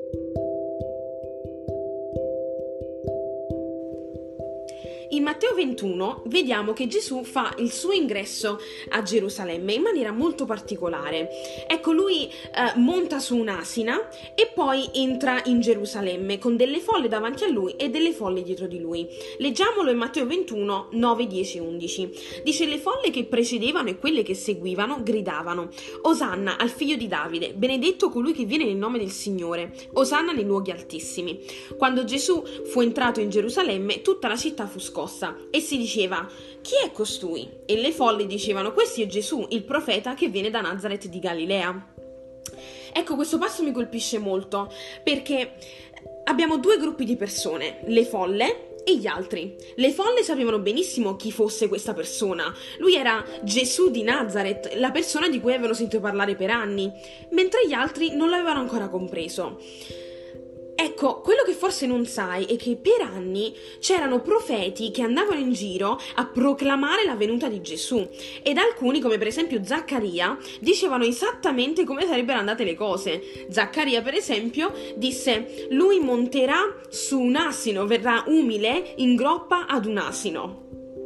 In Matteo 21 vediamo che Gesù fa il suo ingresso a Gerusalemme in maniera molto particolare. Ecco, lui monta su un'asina e poi entra in Gerusalemme con delle folle davanti a lui e delle folle dietro di lui. Leggiamolo in Matteo 21, 9, 10 e 11. Dice: le folle che precedevano e quelle che seguivano gridavano: Osanna al figlio di Davide, benedetto colui che viene nel nome del Signore, Osanna nei luoghi altissimi. Quando Gesù fu entrato in Gerusalemme, tutta la città fu scossa e si diceva: chi è costui? E le folle dicevano: questo è Gesù, il profeta che viene da Nazaret di Galilea. Ecco, questo passo mi colpisce molto perché abbiamo due gruppi di persone, le folle e gli altri. Le folle sapevano benissimo chi fosse questa persona. Lui era Gesù di Nazaret, la persona di cui avevano sentito parlare per anni, mentre gli altri non l'avevano ancora compreso. Ecco, quello che forse non sai è che per anni c'erano profeti che andavano in giro a proclamare la venuta di Gesù, ed alcuni, come per esempio Zaccaria, dicevano esattamente come sarebbero andate le cose. Zaccaria, per esempio, disse: lui monterà su un asino, verrà umile in groppa ad un asino.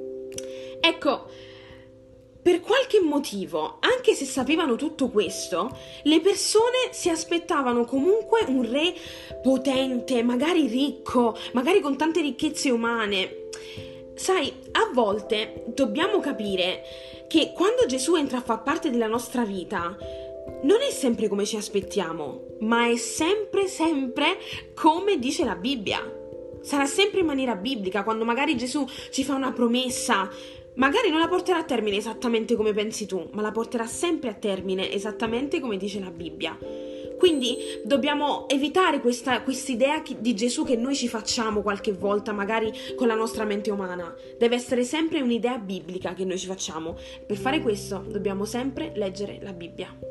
Ecco, per qualche motivo, anche se sapevano tutto questo, le persone si aspettavano comunque un re potente, magari ricco, magari con tante ricchezze umane. Sai, a volte dobbiamo capire che quando Gesù entra a far parte della nostra vita, non è sempre come ci aspettiamo, ma è sempre come dice la Bibbia. Sarà sempre in maniera biblica. Quando magari Gesù ci fa una promessa, magari non la porterà a termine esattamente come pensi tu, ma la porterà sempre a termine esattamente come dice la Bibbia. Quindi dobbiamo evitare questa idea di Gesù che noi ci facciamo qualche volta, magari con la nostra mente umana. Deve essere sempre un'idea biblica che noi ci facciamo. Per fare questo dobbiamo sempre leggere la Bibbia.